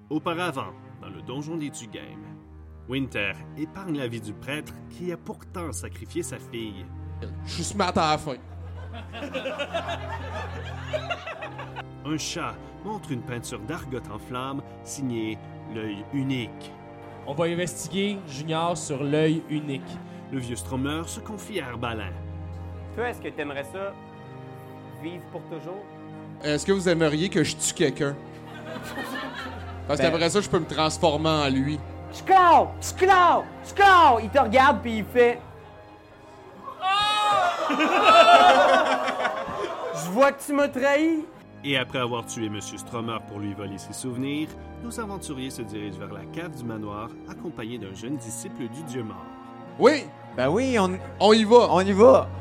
Auparavant, dans le donjon des Tugames, Winter épargne la vie du prêtre qui a pourtant sacrifié sa fille. Je suis smart à la fin. Un chat montre une peinture d'Argot en flammes signée L'œil unique. On va investiguer Junior sur l'œil unique. Le vieux Stromer se confie à Arbalin. Toi, est-ce que t'aimerais ça vivre pour toujours? Est-ce que vous aimeriez que je tue quelqu'un? Parce qu'après ça, je peux me transformer en lui. Sklar! Sklar! Sklar! Il te regarde puis il fait... Je vois que tu m'as trahi. Et après avoir tué M. Stromer pour lui voler ses souvenirs, nos aventuriers se dirigent vers la cave du manoir, accompagnés d'un jeune disciple du dieu mort. Oui, Ben oui, on y va. on y va.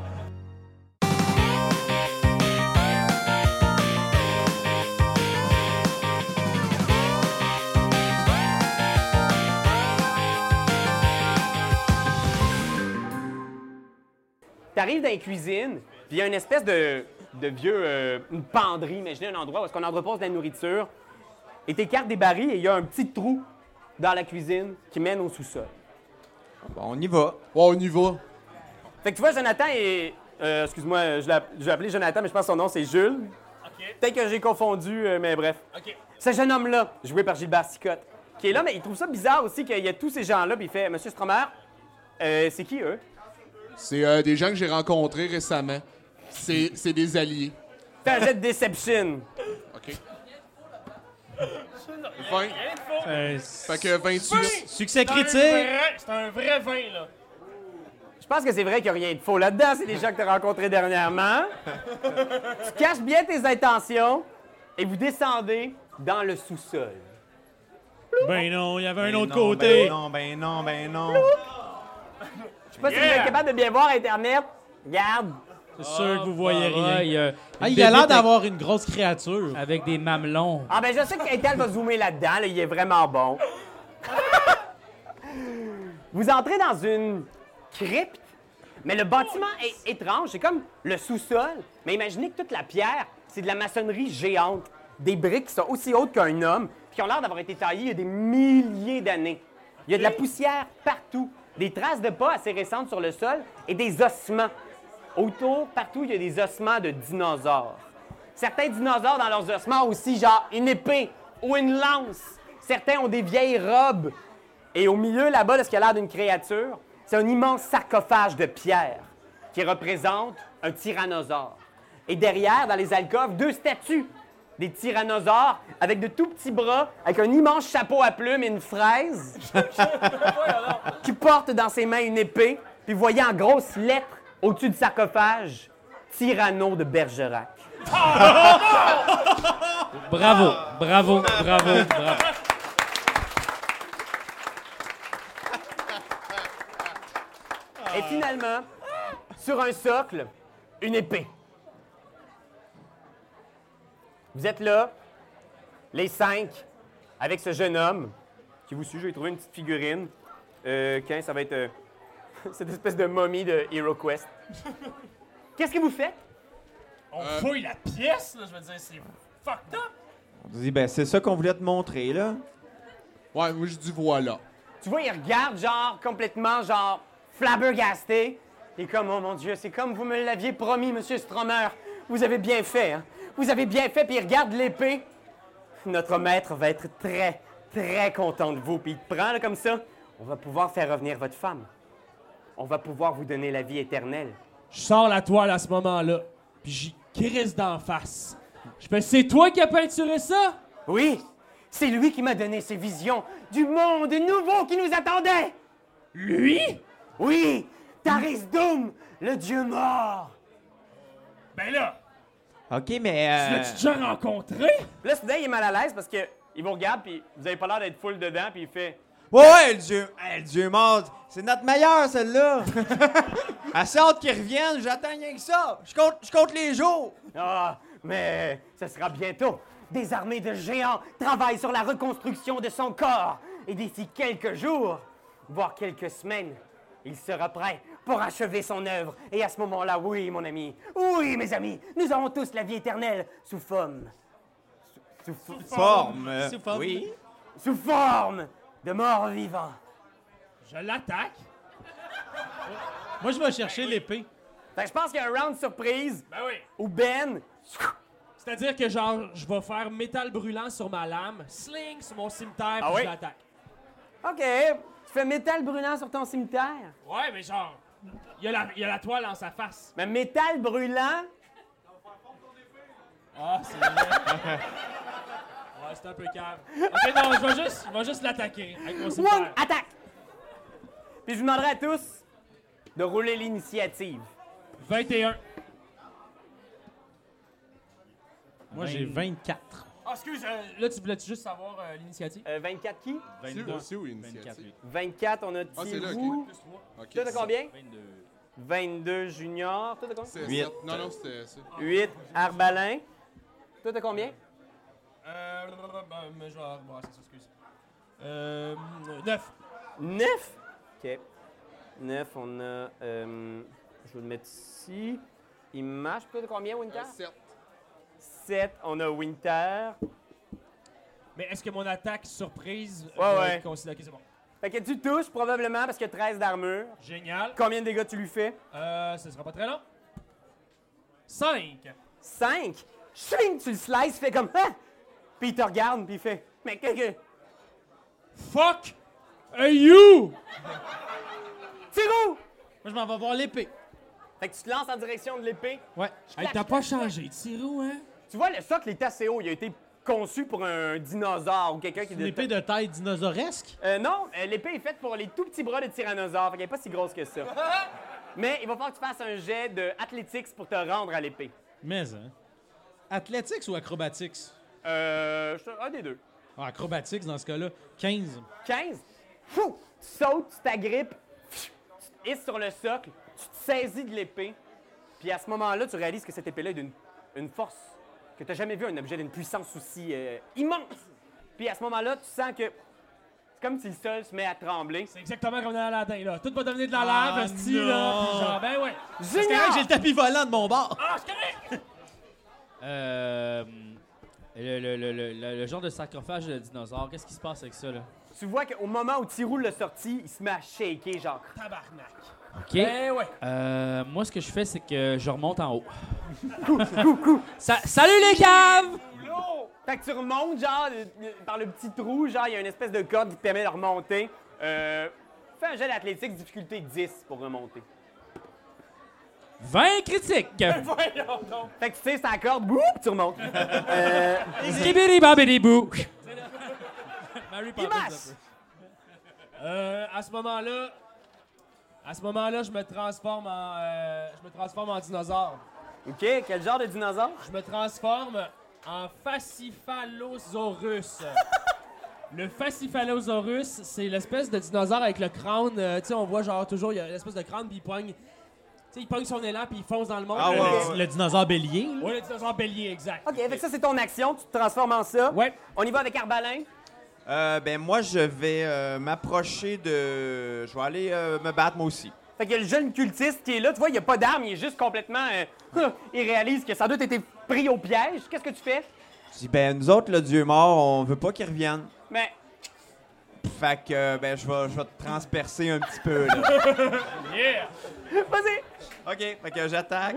T'arrives dans la cuisine, puis il y a une espèce de vieux... une penderie, imaginez un endroit où est-ce qu'on en repose de la nourriture. Et t'écartes des barils et il y a un petit trou dans la cuisine qui mène au sous-sol. Bon, on y va. Ouais, on y va. Fait que tu vois, Jonathan est... excuse-moi, je l'ai appelé Jonathan, mais je pense que son nom, c'est Jules. Peut-être que j'ai confondu, mais bref. Ce jeune homme-là, joué par Gilbert Sicotte, qui est là, mais il trouve ça bizarre aussi qu'il y a tous ces gens-là, puis il fait « Monsieur Stromer, c'est qui, eux? » C'est des gens que j'ai rencontrés récemment. C'est des alliés. Fais un jet de Deception. OK. 20. Fait que 28. Succès critique. C'est un vrai vin, là. Je pense que c'est vrai qu'il n'y a rien de faux là-dedans, c'est des gens que tu as rencontrés dernièrement. Tu caches bien tes intentions et vous descendez dans le sous-sol. Ben non, il y avait un Ben autre non, côté. Ben non. Je sais pas si vous êtes capable de bien voir Internet. Regarde. C'est sûr que vous voyez rien. Il a l'air d'avoir une grosse créature. Avec des mamelons. Ah ben je sais que Intel va zoomer là-dedans, là, il est vraiment bon. Vous entrez dans une crypte, mais le bâtiment est étrange. C'est comme le sous-sol, mais imaginez que toute la pierre, c'est de la maçonnerie géante. Des briques qui sont aussi hautes qu'un homme, puis qui ont l'air d'avoir été taillées il y a des milliers d'années. Il y a de la poussière partout, des traces de pas assez récentes sur le sol et des ossements. Autour, partout, il y a des ossements de dinosaures. Certains dinosaures, dans leurs ossements, ont aussi genre une épée ou une lance. Certains ont des vieilles robes. Et au milieu, là-bas, de ce qui a l'air d'une créature, c'est un immense sarcophage de pierre qui représente un tyrannosaure. Et derrière, dans les alcôves, 2 statues des tyrannosaures avec de tout petits bras, avec un immense chapeau à plumes et une fraise, qui porte dans ses mains une épée. Puis vous voyez en grosses lettres, au-dessus du sarcophage, Tyranno de Bergerac. Bravo. Et finalement, sur un socle, une épée. Vous êtes là, les 5, avec ce jeune homme qui vous suit. J'ai trouvé une petite figurine. Quand ça va être cette espèce de momie de HeroQuest. Qu'est-ce que vous faites? On fouille la pièce, là, je veux dire, c'est fucked up. On dit, ben c'est ça qu'on voulait te montrer, là. Ouais, moi je dis voilà. Tu vois, il regarde, genre, complètement, genre, flabbergasté. Et comme, oh mon Dieu, c'est comme vous me l'aviez promis, Monsieur Stromer. Vous avez bien fait, hein? Vous avez bien fait, puis il regarde l'épée. Notre maître va être très, très content de vous. Puis il te prend, là, comme ça. On va pouvoir faire revenir votre femme. On va pouvoir vous donner la vie éternelle. Je sors la toile à ce moment-là, puis j'y crisse d'en face. Je fais, c'est toi qui as peinturé ça? Oui, c'est lui qui m'a donné ces visions du monde nouveau qui nous attendait. Lui? Oui, Taris Doom, le dieu mort. Ben là, OK, Tu mais... l'as-tu déjà rencontré? Puis là, soudain, il est mal à l'aise parce que il vous regarde, puis vous avez pas l'air d'être full dedans, puis il fait... Ouais, le dieu mort, c'est notre meilleur, celle-là. Assez hâte qu'il revienne, j'attends rien que ça. Je compte les jours. Ah, mais ce sera bientôt. Des armées de géants travaillent sur la reconstruction de son corps. Et d'ici quelques jours, voire quelques semaines, il sera prêt pour achever son œuvre. Et à ce moment-là, oui, mon ami, oui, mes amis, nous aurons tous la vie éternelle sous forme. Forme. Sous forme. Oui. sous forme de mort-vivant. Je l'attaque. Moi, je vais chercher l'épée. Fait que je pense qu'il y a un round surprise Ben oui. où Ben... C'est-à-dire que, genre, je vais faire métal brûlant sur ma lame, sling sur mon cimetière, puis oui? je l'attaque. OK. Tu fais métal brûlant sur ton cimetière. Ouais, mais genre, il y a la toile en sa face. Mais métal brûlant... Ah, c'est vrai. Ouais, c'est un peu calme. OK, non, je vais juste l'attaquer avec mon One, cimetière. attaque! Puis je vous demanderai à tous de rouler l'initiative. 21. Moi, j'ai 24. Ah, excuse, là, tu voulais juste savoir l'initiative? 24 qui? C'est où l'initiative? 24, on a Ah, c'est là, Thierry. OK. Toi, t'as combien? 22. 22 Junior. Toi, t'as combien? C'est 8. 7. Non, c'était ça. 8 Arbalin. Toi, t'as combien? Mais je vais rebrasser ça, excuse. 9. 9? OK. 9, on a... je vais le mettre ici. Image. Toi, t'as combien, Winter? 7. 7, on a Winter. Mais est-ce que mon attaque surprise Ouais, va ouais. être considérée? Ok, c'est bon. Fait que tu touches probablement parce qu'il y a 13 d'armure. Génial. Combien de dégâts tu lui fais? Ce sera pas très long. 5. 5. Chling, tu le slices, il fait comme... Ah! Puis il te regarde, puis il fait... Mais qu'est-ce que... Fuck you! Tiro! Moi, je m'en vais voir l'épée. Fait que tu te lances en direction de l'épée. Ouais. Hey, t'as pas changé de Tiro, hein? Tu vois, le socle est assez haut. Il a été conçu pour un dinosaure ou quelqu'un qui... Une épée de taille dinosauresque. Non, l'épée est faite pour les tout petits bras de tyrannosaure. Fait qu'elle est pas si grosse que ça. Mais il va falloir que tu fasses un jet de athletics pour te rendre à l'épée. Mais, hein. Athletics ou acrobatics? Un des deux. Ah, acrobatics, dans ce cas-là. 15. 15. Fou! Tu sautes, tu t'agrippes, tu te hisses sur le socle, tu te saisis de l'épée. Puis à ce moment-là, tu réalises que cette épée-là est d'une force que tu n'as jamais vu, un objet d'une puissance aussi immense. Puis à ce moment-là, tu sens que c'est comme si le sol se met à trembler. C'est exactement comme dans Aladdin, là. Tout va devenir de la Ah, lave, style, là. non. Pis genre, ben ouais. C'est correct, j'ai le tapis volant de mon bord. Ah, c'est correct! Le genre de sarcophage de dinosaure, qu'est-ce qui se passe avec ça, là? Tu vois qu'au moment où Tirou l'a sorti, il se met à shaker, genre. Tabarnak. OK. Ben ouais. Moi, ce que je fais, c'est que je remonte en haut. Coucou! Salut les caves! Fait que tu remontes, genre, par le petit trou, genre, il y a une espèce de corde qui te permet de remonter. Fais un jet d'athlétique, difficulté 10 pour remonter. 20 critiques! Voyons donc. Fait que tu tires sa corde, boum, tu remontes. Skibidi babidi boo! Mary Il Poppins, masse! un peu. À ce moment-là, je me transforme en dinosaure. OK, quel genre de dinosaure? Je me transforme en Faciphalosaurus. Le Faciphalosaurus, c'est l'espèce de dinosaure avec le crâne. Tu sais, on voit genre toujours, il y a l'espèce de crâne, puis il pogne. Tu sais, il pogne son élan, puis il fonce dans le monde. Ah ouais. Le dinosaure bélier. là. Ouais, le dinosaure bélier, exact. OK, fait que ça, c'est ton action, tu te transformes en ça. Ouais. On y va avec Arbalin. Ben moi, je vais m'approcher de... Je vais aller me battre, moi aussi. Fait qu'il y a le jeune cultiste qui est là. Tu vois, il n'y a pas d'arme, il est juste complètement... il réalise que ça doit été pris au piège. Qu'est-ce que tu fais? Je dis, ben nous autres, le dieu mort, on veut pas qu'il revienne. Mais... Fait que, ben je vais te transpercer un petit peu, là. Yeah! Vas-y! OK, fait que j'attaque.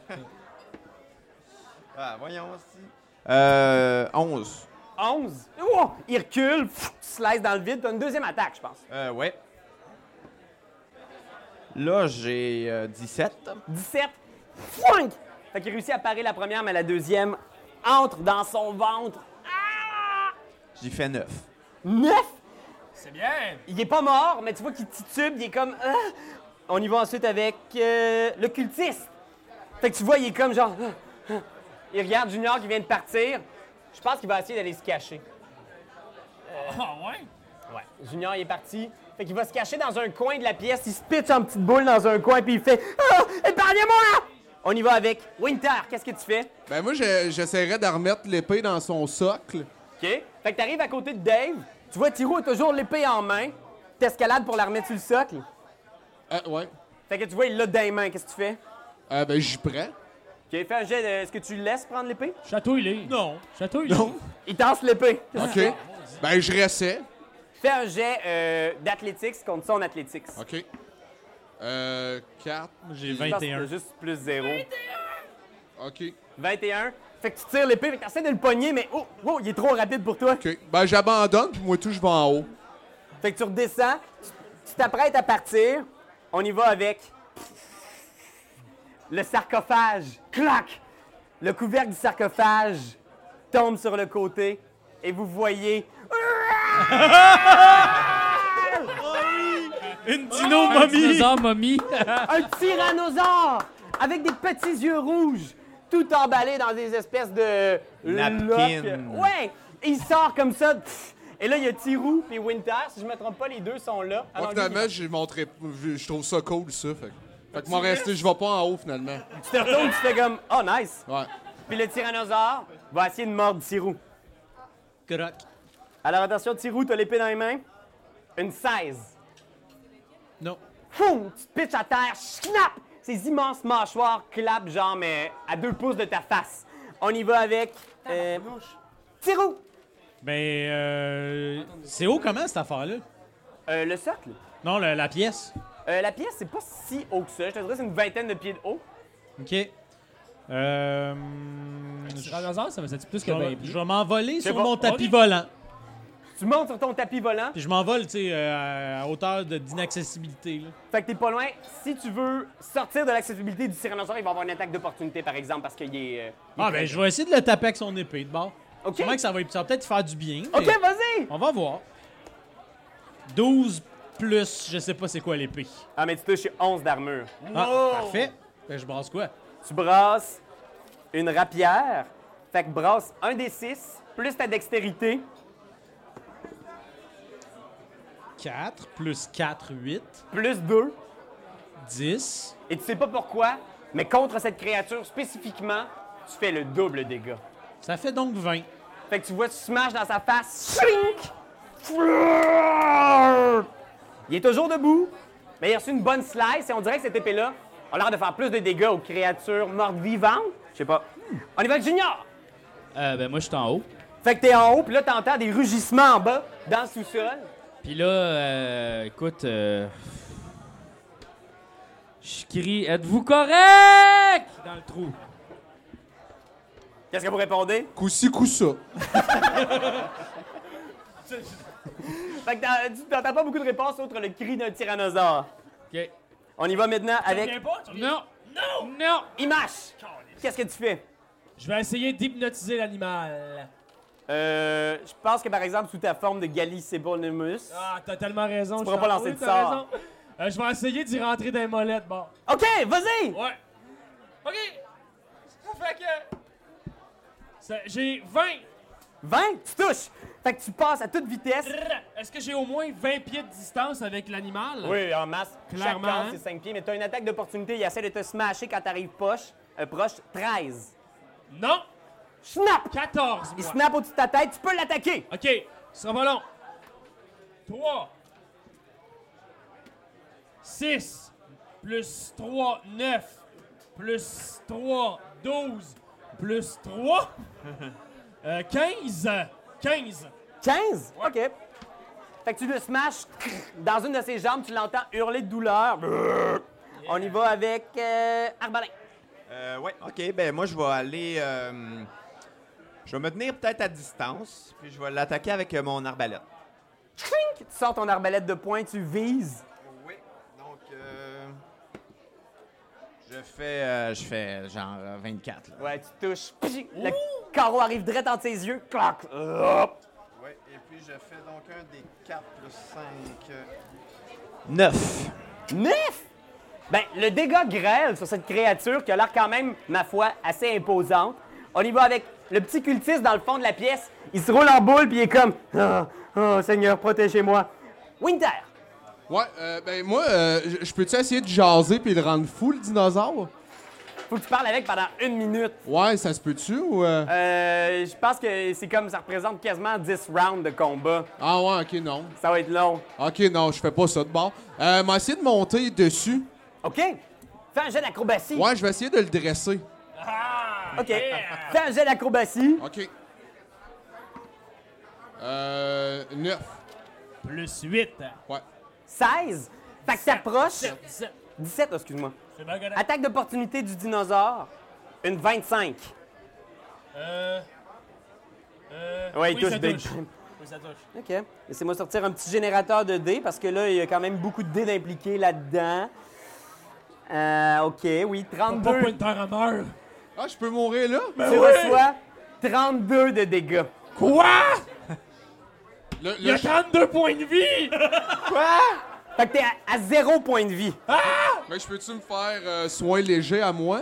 Ah, voyons aussi. 11. 11. Oh! Il recule, pff, tu slices dans le vide. T'as une deuxième attaque, je pense. Ouais. Là, j'ai 17. 17. Fouink! Fait qu'il réussit à parer la première, mais la deuxième entre dans son ventre. Ah! J'ai fait 9. 9! C'est bien! Il est pas mort, mais tu vois qu'il titube, il est comme... Ah! On y va ensuite avec le cultiste. Fait que tu vois, il est comme genre... Il regarde Junior qui vient de partir. Je pense qu'il va essayer d'aller se cacher. Ah ouais? Ouais. Junior, il est parti. Fait qu'il va se cacher dans un coin de la pièce. Il se pitche en petite boule dans un coin, puis il fait « Ah! Épargnez-moi! » On y va avec Winter. Qu'est-ce que tu fais? Ben moi, j'essaierais de remettre l'épée dans son socle. OK. Fait que t'arrives à côté de Dave. Tu vois, Tiro a toujours l'épée en main. T'escalades pour la remettre sur le socle. Ouais. Fait que tu vois, il l'a dans les mains. Qu'est-ce que tu fais? Ben j'y prends. OK, fais un jet de... Est-ce que tu le laisses prendre l'épée? Chatouille-les. Non. Chatouille-les. Non. Il tasse l'épée. Qu'est-ce que tu OK. fais? Ben, je restais. Fais un jet d'athlétiques contre son athlétiques. OK. 4. J'ai Je pense que 21. t'as juste plus 0. OK. 21. Fait que tu tires l'épée, fait que t'essaies de le pogner, mais il est trop rapide pour toi. OK. Ben, j'abandonne, puis moi, tout, je vais en haut. Fait que tu redescends, tu t'apprêtes à partir. On y va avec le sarcophage. Clac! Le couvercle du sarcophage tombe sur le côté et vous voyez Une dino-momie! Dinosaure momie. un tyrannosaure avec des petits yeux rouges, tout emballé dans des espèces de Napkin. loques. Ouais! Et il sort comme ça. Et là, il y a Tirou et Winter. Si je me trompe pas, les deux sont là. Moi, Alors, finalement, lui, j'ai montré. Je trouve ça cool, ça. Fait que moi, rester, je vais pas en haut, finalement. tu te retournes, tu fais comme « Oh, nice! Ouais. » Puis le tyrannosaure va essayer de mordre Tirou. Croc. Alors attention, Tirou, t'as l'épée dans les mains. Une 16. Non. Foum! Tu te pitches à terre, snap! Ces immenses mâchoires clapent, genre, mais à 2 pouces de ta face. On y va avec. Tirou! Ben, c'est haut comment, cette affaire-là? Le socle. Non, la pièce. La pièce, c'est pas si haut que ça. Je te dirais, c'est une vingtaine de pieds de haut. OK. Tyrannosaure, ça faisait plus que Je 20 vais, pieds. je vais m'envoler sur bon. mon tapis Ok. volant. Tu montes sur ton tapis volant. Puis je m'envole, tu sais, à hauteur d'inaccessibilité. là. Fait que t'es pas loin. Si tu veux sortir de l'accessibilité du tyrannosaure, il va avoir une attaque d'opportunité, par exemple, parce qu'il est. Ah, ben, je vais essayer de le taper avec son épée, de bord. OK. Sûrement que ça va peut-être faire du bien. OK, mais vas-y! On va voir. 12 plus, je sais pas c'est quoi l'épée. Ah, mais tu touches 11 d'armure. Ah, parfait. Ben, je brasse quoi? Tu brasses une rapière. Fait que brasse un des 6, plus ta dextérité. 4 plus 4, 8. Plus 2. 10. Et tu sais pas pourquoi, mais contre cette créature spécifiquement, tu fais le double dégât. Ça fait donc 20. Fait que tu vois, tu smashes dans sa face. Shrink! Il est toujours debout, mais il a reçu une bonne slice et on dirait que cette épée-là a l'air de faire plus de dégâts aux créatures mortes vivantes. Je sais pas. On y va avec Junior! Ben, moi, je suis en haut. Fait que t'es en haut, puis là, t'entends des rugissements en bas, dans le sous-sol. Puis là, écoute, je crie, êtes-vous correct? Dans le trou. Qu'est-ce que vous répondez? Coup-ci, coup-ça. Fait que tu n'entends pas beaucoup de réponses autre le cri d'un tyrannosaure. OK. On y va maintenant avec Viens pas, tu reviens- Non! Non! Non! Imash. Qu'est-ce que tu fais? Je vais essayer d'hypnotiser l'animal. Je pense que par exemple, sous ta forme de Gallicebonimus. Ah, t'as tellement raison. Tu je pourras pas t'en- lancer oui, de t'as sort. raison. Je vais essayer d'y rentrer dans les molettes, bon. OK, vas-y! Ouais. OK. Ça fait que... J'ai 20. 20, tu touches. Fait que tu passes à toute vitesse. Est-ce que j'ai au moins 20 pieds de distance avec l'animal? Oui, en masse. Clairement, Chaque case, hein? c'est 5 pieds, mais tu as une attaque d'opportunité. Il essaie de te smasher quand t'arrives proche. 13. Non. Snap! 14, Il moi. snap au-dessus de ta tête, tu peux l'attaquer. OK. Ce sera pas long. 3. 6. Plus 3, 9. Plus 3, 12. Plus 3. 15. 15. 15? OK. Fait que tu le smashes dans une de ses jambes, tu l'entends hurler de douleur. On y va avec Arbalin. Ouais, OK. Ben moi, je vais aller... je vais me tenir peut-être à distance, puis je vais l'attaquer avec mon arbalète. Trink! Tu sors ton arbalète de poing, tu vises. Oui. Donc, je fais genre 24. Là. Ouais, tu touches. Le carreau arrive direct entre tes yeux. Clac! Hop! Oui, et puis je fais donc un des 4 plus 5... 9. 9! Ben, le dégât grêle sur cette créature qui a l'air quand même, ma foi, assez imposante. On y va avec le petit cultiste dans le fond de la pièce. Il se roule en boule puis il est comme oh, Seigneur, protégez-moi. Winter! Ouais, ben moi, je peux-tu essayer de jaser puis de rendre fou le dinosaure? Faut que tu parles avec pendant 1 minute. Ouais, ça se peut-tu ou... Je pense que c'est comme ça représente quasiment 10 rounds de combat. Ah ouais, ok, non. Ça va être long. Ok, non, je fais pas ça de bord. M'a essayé de monter dessus. OK? Fais un jet d'acrobatie. Ouais, je vais essayer de le dresser. OK. Fais un jet d'acrobatie. Ok. 9. Plus 8. Ouais. 16. Fait que t'approches. 17. 17, excuse-moi. C'est bien correct. Attaque d'opportunité du dinosaure. Une 25. Ouais, il touche ça big touche. time. Oui, ça touche. OK. Laissez-moi sortir un petit générateur de dés parce que là, il y a quand même beaucoup de dés d'impliqués là-dedans. OK, oui, Pas 32. Pointer à meurt. Ah, je peux mourir là? Tu reçois 32 de dégâts. Quoi? Le, Il y a 32 points de vie! Fait que t'es à 0 point de vie. Mais je peux-tu me faire soin léger à moi?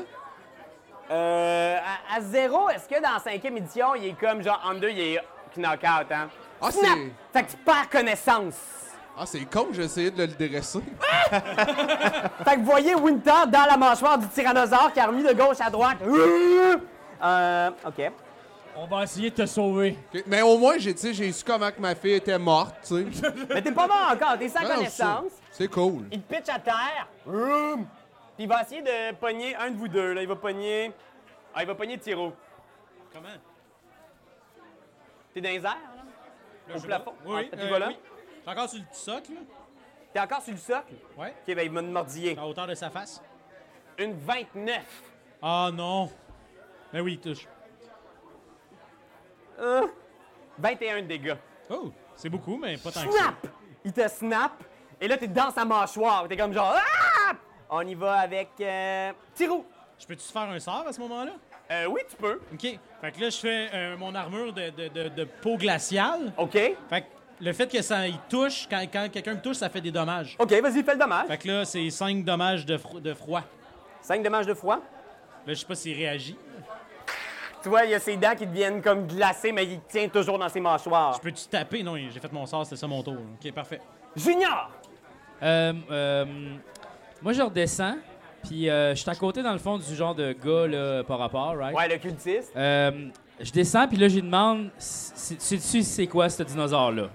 À 0, est-ce que dans la 5e édition, il est comme genre en 2, il est knock-out, hein? Ah, Snap! c'est. Fait que tu perds connaissance. Ah, c'est con, j'ai essayé de le dresser. Fait que vous voyez Winter dans la mâchoire du tyrannosaure qui a remis de gauche à droite. OK. On va essayer de te sauver. Ok. Mais au moins, j'ai su comment que ma fille était morte, tu sais. Mais t'es pas mort encore, t'es sans Non, non, connaissance. c'est cool. Il te pitch à terre. Puis il va essayer de pogner un de vous deux. Là. Il va pogner... Ah, il va pogner Tiro. Comment? T'es dans les airs, là? Au plafond? Oui, Ah, tu vas là? oui. T'es encore sur le socle, là? T'es encore sur le socle? Ouais. OK, ben il m'a mordillé. À hauteur de sa face. Une 29. Ah non! Ben oui, il touche. 21 de dégâts. Oh! C'est beaucoup, mais pas tant que ça. Snap! Il te snap. Et là, t'es dans sa mâchoire. T'es comme genre... Ah! On y va avec... Tiro. Je peux-tu faire un sort à ce moment-là? Oui, tu peux. OK. Fait que là, je fais mon armure de peau glaciale. OK. Fait que le fait que ça il touche, quand quelqu'un me touche, ça fait des dommages. OK, vas-y, fais le dommage. Fait que là, c'est 5 dommages de froid. 5 dommages de froid. Là, je sais pas s'il réagit. Tu vois, il y a ses dents qui deviennent comme glacées, mais il tient toujours dans ses mâchoires. Je peux-tu taper? Non, j'ai fait mon sort, c'était ça mon tour. OK, parfait. Junior! Moi, je redescends, puis je suis à côté, dans le fond, du genre de gars, là, par rapport, right? Ouais, le cultiste. Je descends, puis là, je lui demande, sais-tu c'est quoi, ce dinosaure-là?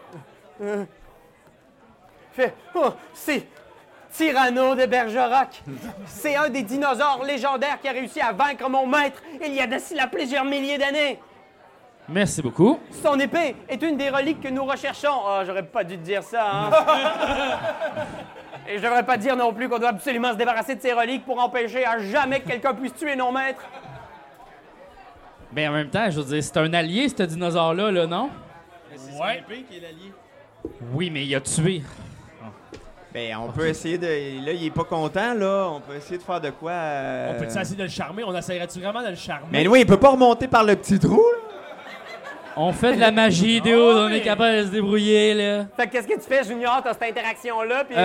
C'est Tyranno de Bergerac. C'est un des dinosaures légendaires qui a réussi à vaincre mon maître il y a de cela plusieurs milliers d'années. Merci beaucoup. Son épée est une des reliques que nous recherchons. Ah, j'aurais pas dû te dire ça, hein? Et je devrais pas dire non plus qu'on doit absolument se débarrasser de ces reliques pour empêcher à jamais que quelqu'un puisse tuer nos maîtres. Ben, en même temps, je veux dire, c'est un allié, ce dinosaure-là, là, non? C'est son épée qui est l'allié. Oui, mais il a tué. Ben, on peut essayer de... Là, il est pas content, là. On peut essayer de faire de quoi... On peut-tu essayer de le charmer? On essaierait-tu vraiment de le charmer? Mais oui, il peut pas remonter par le petit trou, là. On fait de la magie, dude, on est capable de se débrouiller, là. Fait que qu'est-ce que tu fais, Junior? T'as cette interaction-là, puis...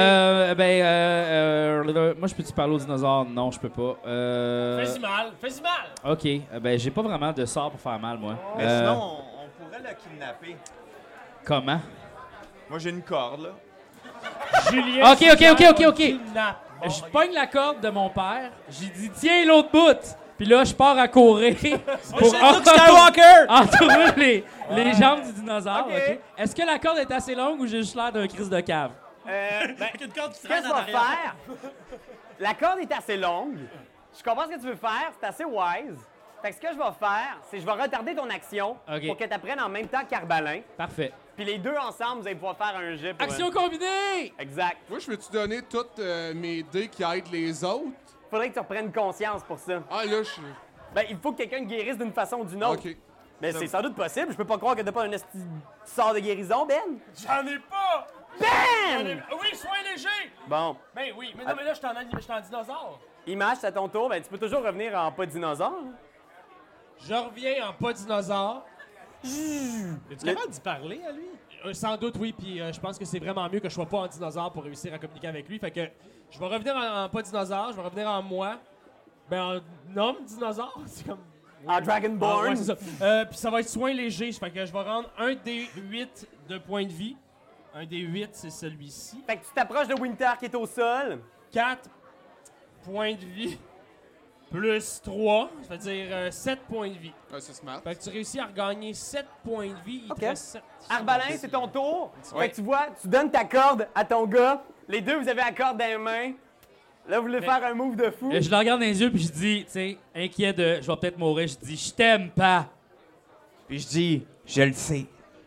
Moi, je peux-tu parler au dinosaure? Non, je peux pas. Fais-y mal, fais-y mal! OK, ben, j'ai pas vraiment de sort pour faire mal, moi. Mais sinon, on pourrait le kidnapper. Comment? Moi, j'ai une corde, là. Julien, OK. kidnappe. Je pogne la corde de mon père, j'ai dit, tiens, l'autre bout! Puis là, je pars à courir pour entourer les jambes du dinosaure. OK. OK? Est-ce que la corde est assez longue ou j'ai juste l'air d'un crise de cave? Avec une corde qui Ce que tu vas faire, la corde est assez longue. Je comprends ce que tu veux faire, c'est assez wise. Fait que ce que je vais faire, c'est que je vais retarder ton action OK. pour que tu apprennes en même temps qu'Arbalin. Parfait. Puis les deux ensemble, vous allez pouvoir faire un jet pour... Action combinée! Exact. Moi, je peux-tu donner toutes mes dés qui aident les autres? Faudrait que tu reprennes conscience pour ça. Ah, là, je... Ben, il faut que quelqu'un guérisse d'une façon ou d'une autre. OK. Mais c'est sans doute possible. Je peux pas croire que t'as pas un sort de guérison, Ben. J'en ai pas! Ben! Oui, sois léger! Bon. Ben oui, mais non, mais là, je suis en dinosaure. Image, c'est à ton tour. Ben, tu peux toujours revenir en pas dinosaure. hein. Je reviens en pas dinosaure. Es-tu capable d'y parler à lui? Sans doute, oui, puis je pense que c'est vraiment mieux que je sois pas en dinosaure pour réussir à communiquer avec lui. Fait que je vais revenir en pas dinosaure, je vais revenir en moi. Ben, en homme dinosaure, c'est comme... En Dragonborn. Ah, ouais, c'est ça. Puis ça va être soin léger, fait que je vais rendre un des 8 de points de vie. Un des 8, c'est celui-ci. Fait que tu t'approches de Winter qui est au sol. 4 points de vie plus 3, ça veut dire 7 points de vie. Ouais, c'est smart. Fait que tu réussis à regagner 7 points de vie. Il OK. te reste 7. Arbalin, c'est ton tour. Ouais. Fait que tu vois, tu donnes ta corde à ton gars. Les deux, vous avez la corde dans les mains. Là, vous voulez faire un move de fou. Je le regarde dans les yeux puis je dis, tu sais, inquiet de je vais peut-être mourir, je dis, je t'aime pas. Puis je dis, je le sais.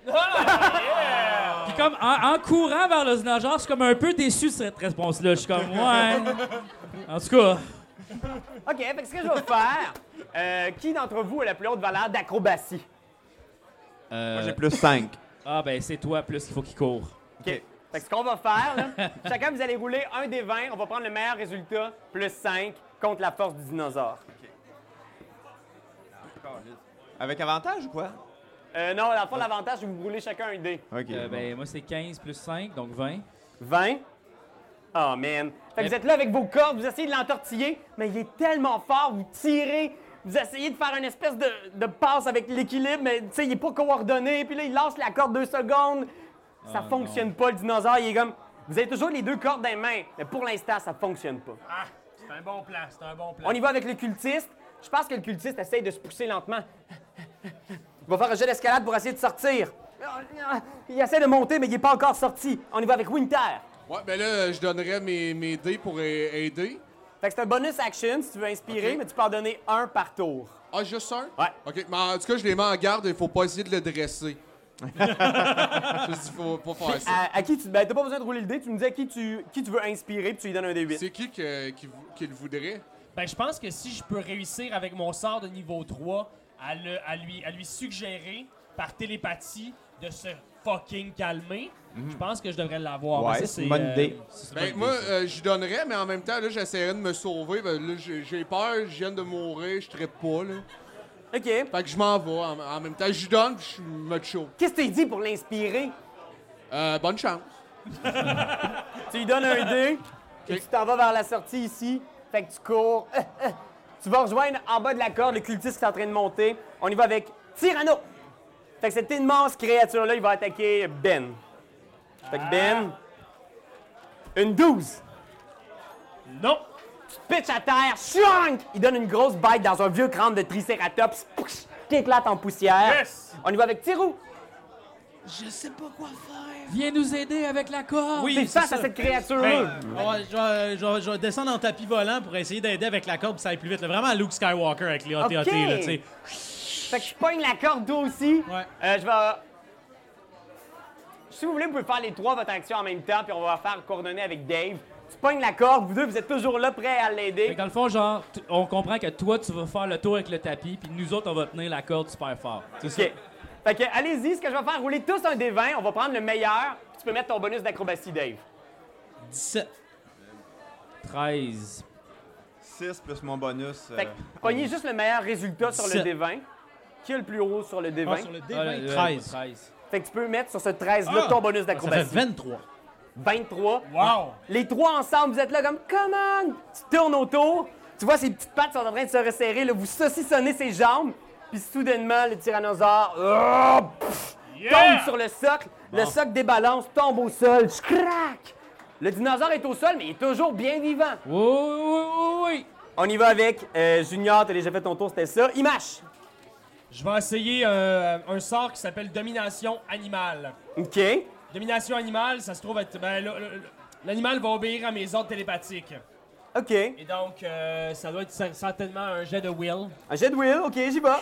Puis comme en courant vers le dinosaure, je suis comme un peu déçu de cette réponse-là. Je suis comme, ouais. En tout cas, OK, fait que ce que je vais faire, qui d'entre vous a la plus haute valeur d'acrobatie? Moi, j'ai plus 5. ben c'est toi plus qu'il faut qu'il court. OK. Fait que ce qu'on va faire, là, chacun, vous allez rouler un des 20. On va prendre le meilleur résultat, plus 5, contre la force du dinosaure. Avec avantage ou quoi? Non, dans le fond, l'avantage, c'est que vous roulez chacun un dé. OK. Ben moi c'est 15 plus 5, donc 20. 20. Oh, man. Fait que vous êtes là avec vos cordes, vous essayez de l'entortiller, mais il est tellement fort, vous tirez, vous essayez de faire une espèce de passe avec l'équilibre, mais tu sais, il est pas coordonné, puis là, il lâche la corde 2 secondes. Ça fonctionne pas, le dinosaure, il est comme... Vous avez toujours les deux cordes dans les mains, mais pour l'instant, ça fonctionne pas. Ah, c'est un bon plan, c'est un bon plan. On y va avec le cultiste. Je pense que le cultiste essaye de se pousser lentement. Il va faire un jet d'escalade pour essayer de sortir. Il essaie de monter, mais il n'est pas encore sorti. On y va avec Winter. Ouais, ben là, je donnerais mes dés pour aider. Fait que c'est un bonus action si tu veux inspirer, Ok. mais tu peux en donner un par tour. Ah, juste un? Ouais. OK, mais en tout cas, je les mets en garde, il faut pas essayer de le dresser. Juste, il faut pas faire ça. À qui tu... Ben, t'as pas besoin de rouler le dé. Tu me dis à qui tu veux inspirer, puis tu lui donnes un D8. C'est qui le voudrait? Ben, je pense que si je peux réussir avec mon sort de niveau 3 à lui suggérer par télépathie de se fucking calmer, je pense que je devrais l'avoir. Ouais, Mais ça, c'est une bonne idée. Ben, moi, j'y donnerais, mais en même temps, là, j'essaierais de me sauver. Ben, là, j'ai peur, je viens de mourir, je traite pas, là. OK. Fait que je m'en vais en même temps. J'y donne, puis je me chaud. Qu'est-ce que tu dit pour l'inspirer? Bonne chance. Tu lui donnes un dé, et tu t'en vas vers la sortie ici. Fait que tu cours. Tu vas rejoindre en bas de la corde le cultiste qui est en train de monter. On y va avec Tyranno. Fait que cette immense créature-là, il va attaquer Ben. Fait que Ben, une 12. Non! Tu te pitches à terre, chunk! Il donne une grosse bite dans un vieux crâne de Triceratops qui éclate en poussière. Yes! On y va avec Tyrou. Je sais pas quoi faire. Viens nous aider avec la corde. Oui, T'es c'est face ça. à cette créature-là. Ouais, je vais descendre en tapis volant pour essayer d'aider avec la corde pour que ça aille plus vite. Là. Vraiment Luke Skywalker avec les AT-AT, Ok. là, tu sais. Fait que je pogne la corde, toi aussi. Ouais. Je vais... Si vous voulez, vous pouvez faire les trois votre action en même temps, puis on va faire coordonner avec Dave. Tu pognes la corde, vous deux, vous êtes toujours là, prêts à Fait l'aider. que dans le fond, genre, on comprend que toi, tu vas faire le tour avec le tapis, puis nous autres, on va tenir la corde super fort. C'est ça. OK. Fait que, allez-y, ce que je vais faire, rouler tous un des 20. On va prendre le meilleur. puis Tu peux mettre ton bonus d'acrobatie, Dave. 17. 13. 6 plus mon bonus. Fait que, pognez juste le meilleur résultat sur le 17. D20. Qui a le plus haut sur le D20? Ah, sur le D20, 13. Fait que tu peux mettre sur ce 13-là Ah! ton bonus Ça fait d'acrobatie. 23. 23. Wow! Les trois ensemble, vous êtes là comme « Come on! » Tu tournes autour. Tu vois, ses petites pattes sont en train de se resserrer. Là, vous saucissonnez ses jambes. Puis soudainement, le tyrannosaure tombe sur le socle. Le socle débalance, tombe au sol. Crac! Le dinosaure est au sol, mais il est toujours bien vivant. Oui. On y va avec Junior. T'as déjà fait ton tour, c'était ça. Imash. Je vais essayer un sort qui s'appelle Domination Animale. OK. Domination Animale, ça se trouve être... Ben, l'animal va obéir à mes ordres télépathiques. OK. Et donc, ça doit être certainement un jet de will. Un jet de will. OK, j'y vais.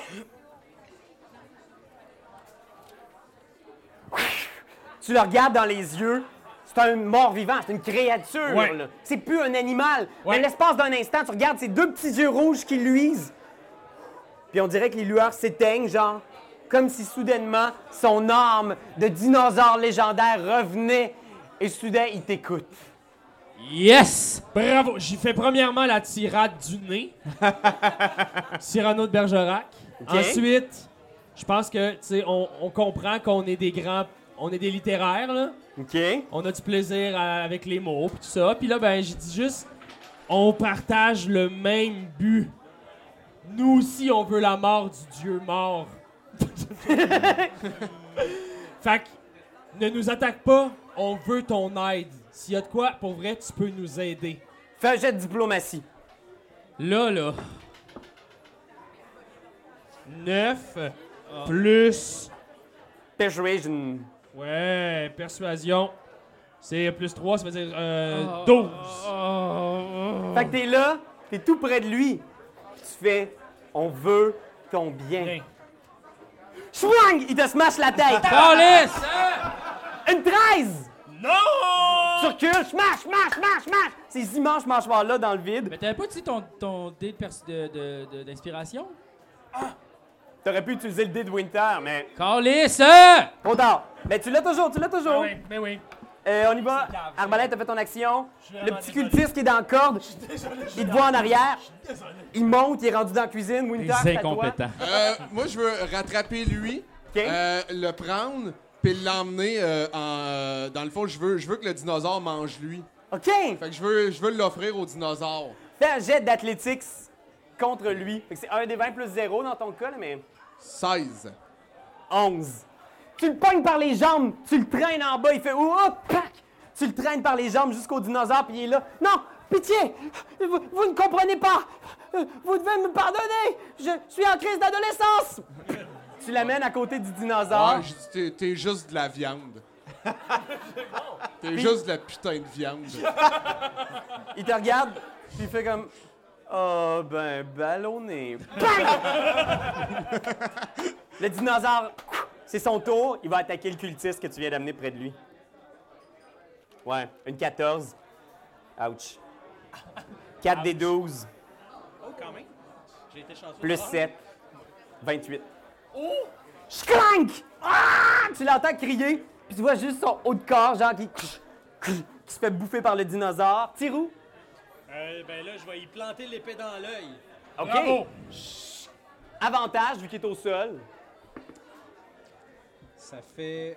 Tu le regardes dans les yeux. C'est un mort-vivant, c'est une créature. Ouais. là. C'est plus un animal. Ouais. Mais l'espace d'un instant, tu regardes ces deux petits yeux rouges qui luisent. Puis on dirait que les lueurs s'éteignent, genre, comme si soudainement son âme de dinosaure légendaire revenait. Et soudain, il t'écoute. Yes! Bravo! J'ai fait premièrement la tirade du nez. Cyrano de Bergerac. Ok. Ensuite, je pense que, tu sais, on comprend qu'on est des grands... On est des littéraires, là. OK? On a du plaisir avec les mots, pis tout ça. Puis là, ben, j'ai dit juste, on partage le même but. Nous aussi, on veut la mort du dieu mort. Fait que, ne nous attaque pas, on veut ton aide. S'il y a de quoi, pour vrai, tu peux nous aider. Fais un jet de diplomatie. Là. 9 plus... Persuasion. Ouais, persuasion. C'est plus 3, ça veut dire 12. Fait que t'es là, t'es tout près de lui. Tu fais « On veut ton bien. Bien. Chouang! Il te smash la tête. Calice! Une 13! Non! Tu recules, smash! Ces immenses mâchoires-là dans le vide. Mais t'avais pas dit ton dé d'inspiration? T'aurais pu utiliser le dé de Winter, mais Calice! trop tard. Mais tu l'as toujours. Mais oui. On y va. Arbalète, t'as fait ton action. suis Le vraiment petit désolé. cultiste qui est dans la corde, il te voit en arrière. Il monte, il est rendu dans la cuisine. Winter, Les c'est à toi. incompétents. Moi, je veux rattraper lui, OK. le prendre, puis l'emmener dans le fond, je veux que le dinosaure mange lui. OK. Fait que je veux l'offrir au dinosaure. Fais un jet d'athlétiques contre lui. Fait que c'est 1 des 20 plus 0 dans ton cas, là, mais 16. 11. Tu le pognes par les jambes, tu le traînes en bas, il fait ouh, pac! Tu le traînes par les jambes jusqu'au dinosaure, puis il est là. Non, pitié! Vous ne comprenez pas! Vous devez me pardonner! Je suis en crise d'adolescence! Tu l'amènes à côté du dinosaure. Ouais, je dis, t'es juste de la viande. T'es juste de la putain de viande. Il te regarde, puis il fait comme. Oh, ben, ballonné. Bang! Le dinosaure, c'est son tour. Il va attaquer le cultiste que tu viens d'amener près de lui. Ouais, une 14. Ouch. 4 des 12. Oh, quand même. J'ai été chanceux. Plus 7. 28. Oh! Schclank! Ah! Tu l'entends crier, puis tu vois juste son haut de corps, genre qui se fait bouffer par le dinosaure. Tirou? Ben là, je vais y planter l'épée dans l'œil. OK. Bravo. Avantage, vu qu'il est au sol. Ça fait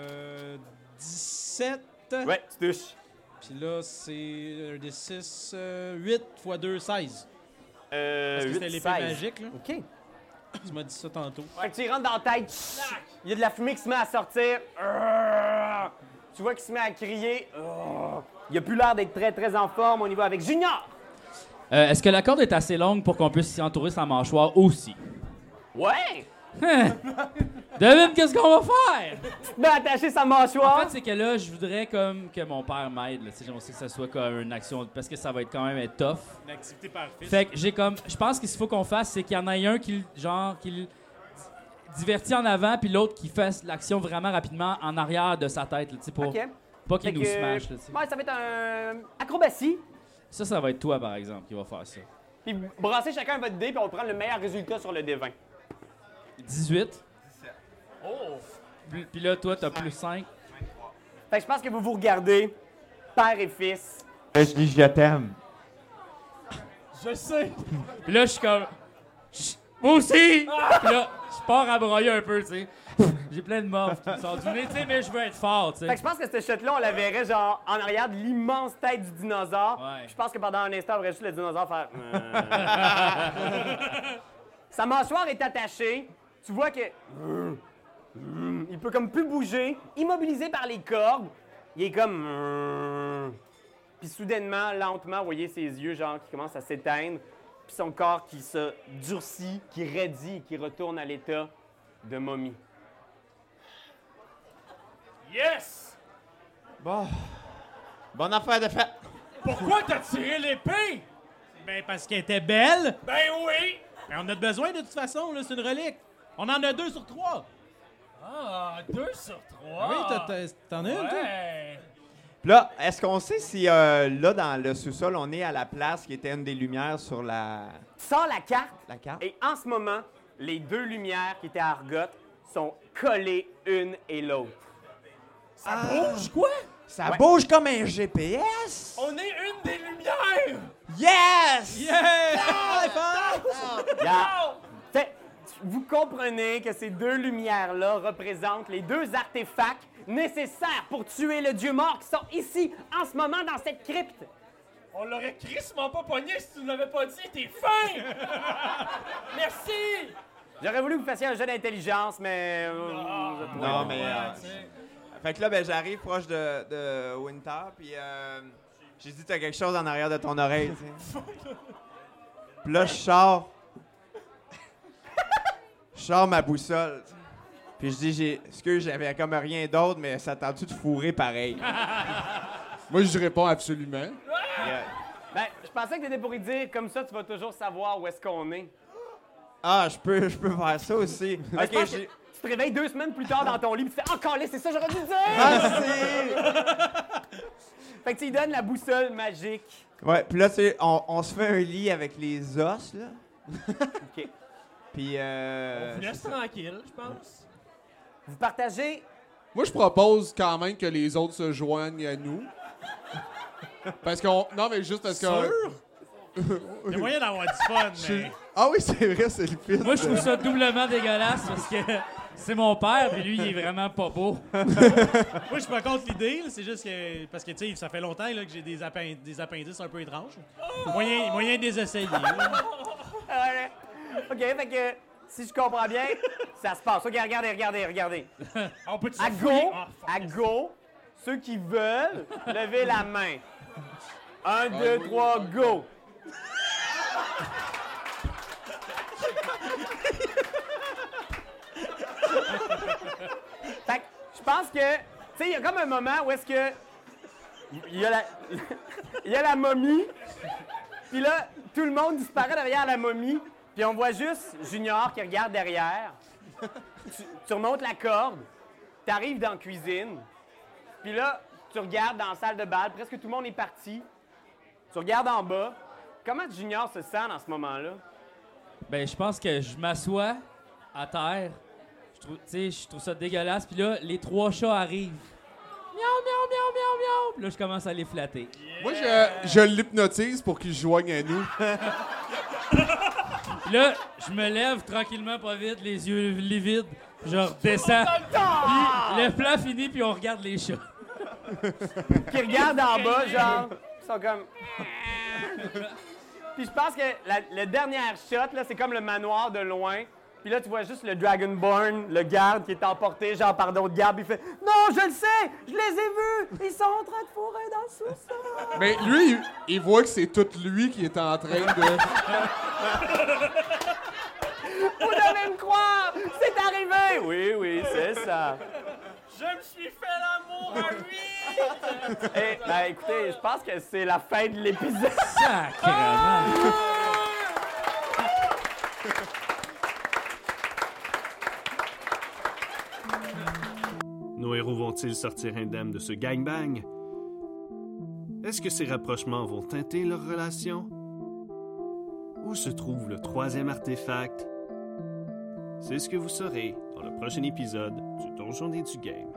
17. Ouais, tu touches. Puis là, c'est un des 6, 8 x 2, 16. Parce que c'était 8, l'épée 16. magique, là. OK. Tu m'as dit ça tantôt. Fait que tu y rentres dans la tête. Il y a de la fumée qui se met à sortir. Tu vois qu'il se met à crier. Il a plus l'air d'être très, très en forme. On y va avec Junior. Est-ce que la corde est assez longue pour qu'on puisse s'y entourer sa mâchoire aussi? Ouais! Devine qu'est-ce qu'on va faire? Tu peux attacher sa En mâchoire. fait, c'est que là, je voudrais comme que mon père m'aide. Là. Tu sais, j'aimerais que ça soit comme une action, parce que ça va être quand même être tough. Une activité par fils. Fait que j'ai comme, je pense qu'il faut qu'on fasse, c'est qu'il y en a un qui le divertit en avant, puis l'autre qui fasse l'action vraiment rapidement en arrière de sa tête, là, tu sais, pour OK. pas qu'il Fait nous que, smash. Là, tu sais. ouais, ça va être un acrobatie. Ça va être toi, par exemple, qui va faire ça. Puis brassez chacun votre dé, puis on prend le meilleur résultat sur le D20. 18. Oh! Puis là, toi, t'as plus 5. Fait que je pense que vous vous regardez, père et fils. Je dis je t'aime. Je sais! Puis là, je suis comme. Moi aussi! Puis là, je pars à broyer un peu, tu sais. J'ai plein de morts qui me sortent du nez, tu sais, mais je veux être fort, tu Fait sais. que je pense que ce shot-là, on la verrait genre en arrière de l'immense tête du dinosaure. Ouais. Je pense que pendant un instant, on verrait juste le dinosaure faire. Sa mâchoire est attachée. Tu vois que. Il peut comme plus bouger, immobilisé par les cordes. Il est comme. Puis soudainement, lentement, vous voyez ses yeux genre qui commencent à s'éteindre. Puis son corps qui se durcit, qui raidit et qui retourne à l'état de momie. Yes! Bon. Bonne affaire de fête. Pourquoi t'as tiré l'épée? Ben, parce qu'elle était belle. Ben oui! Ben, on a besoin de toute façon, là, c'est une relique. On en a 2 sur 3. Ah, 2 sur 3. Oui, t'en as une, toi? Ouais. Puis là, est-ce qu'on sait si là, dans le sous-sol, on est à la place qui était une des lumières sur la Sors la carte. carte? Et en ce moment, les deux lumières qui étaient à Argot sont collées une et l'autre. Ça bouge quoi? Ça bouge comme un GPS? On est une des lumières! Yes! Fait, vous comprenez que ces deux lumières-là représentent les deux artefacts nécessaires pour tuer le dieu mort qui sont ici, en ce moment, dans cette crypte. On l'aurait crissement pas pogné si tu ne l'avais pas dit, t'es fin! Merci! J'aurais voulu que vous fassiez un jeu d'intelligence, mais... Non, mais... tu sais. Fait que là, ben, j'arrive proche de Winter, puis j'ai dit, t'as quelque chose en arrière de ton oreille, tu sais. Puis là, je sors ma boussole. Puis je dis, excuse, j'avais comme rien d'autre, mais ça tente-tu de fourrer pareil? Moi, je réponds absolument. Ben, je pensais que t'étais pour y dire, comme ça, tu vas toujours savoir où est-ce qu'on est. Ah, je peux faire ça aussi. Je Ok, pense que Tu te réveilles 2 semaines plus tard dans ton lit, puis tu fais « Encore là, c'est ça que j'aurais dû dire! » Fait que tu lui donnes la boussole magique. Ouais, puis là, tu sais, on se fait un lit avec les os, là. OK. Puis, On vous laisse tranquille, je pense. Vous partagez... Moi, je propose quand même que les autres se joignent à nous. Parce qu'on... Non, mais juste parce que... Il y a moyen d'avoir du fun, mais... Ah oui, c'est vrai, c'est le fils. Moi, je trouve ça doublement dégueulasse parce que c'est mon père, puis lui, il est vraiment pas beau. Moi, je suis pas contre l'idée, là, c'est juste que... Parce que, tu sais, ça fait longtemps là, que j'ai des appendices un peu étranges. Moyen de les essayer. là. Ouais. OK, fait que si je comprends bien, ça se passe. OK, regardez. On peut-tu À fouiller? go, Ah, fuck. à go, ceux qui veulent, levez la main. 1, 2, 3, go! Fait que je pense que, tu sais, il y a comme un moment où est-ce que il y a la momie, puis là, tout le monde disparaît derrière la momie, puis on voit juste Junior qui regarde derrière. Tu remontes la corde, tu arrives dans la cuisine, puis là, tu regardes dans la salle de bal, presque tout le monde est parti. Tu regardes en bas. Comment Junior se sent dans ce moment-là? Ben, je pense que je m'assois à terre. Je trouve ça dégueulasse. Puis là, les 3 chats arrivent. Miaou, miaou, miaou, miaou, miaou. Puis là, je commence à les flatter. Moi, je l'hypnotise pour qu'il se joigne à nous. Puis là, je me lève tranquillement, pas vite, les yeux livides. Je redescends. Puis le plan finit, puis on regarde les chats. Qui regardent en bas, genre, ils sont comme... Puis je pense que le dernier shot, là, c'est comme le manoir de loin. Puis là, tu vois juste le Dragonborn, le garde qui est emporté, genre par d'autres gardes. Il fait « Non, je le sais! Je les ai vus! Ils sont en train de fourrer dans le sous-sol! » Mais lui, il voit que c'est tout lui qui est en train de... Vous devez me croire! C'est arrivé! Oui, c'est ça. Je me suis fait l'amour à 8! Eh, ben écoutez, je pense que c'est la fin de l'épisode. Sacrément. Nos héros vont-ils sortir indemnes de ce gangbang? Est-ce que ces rapprochements vont teinter leur relation? Où se trouve le 3e artefact? C'est ce que vous saurez dans le prochain épisode du Donjon des du Game.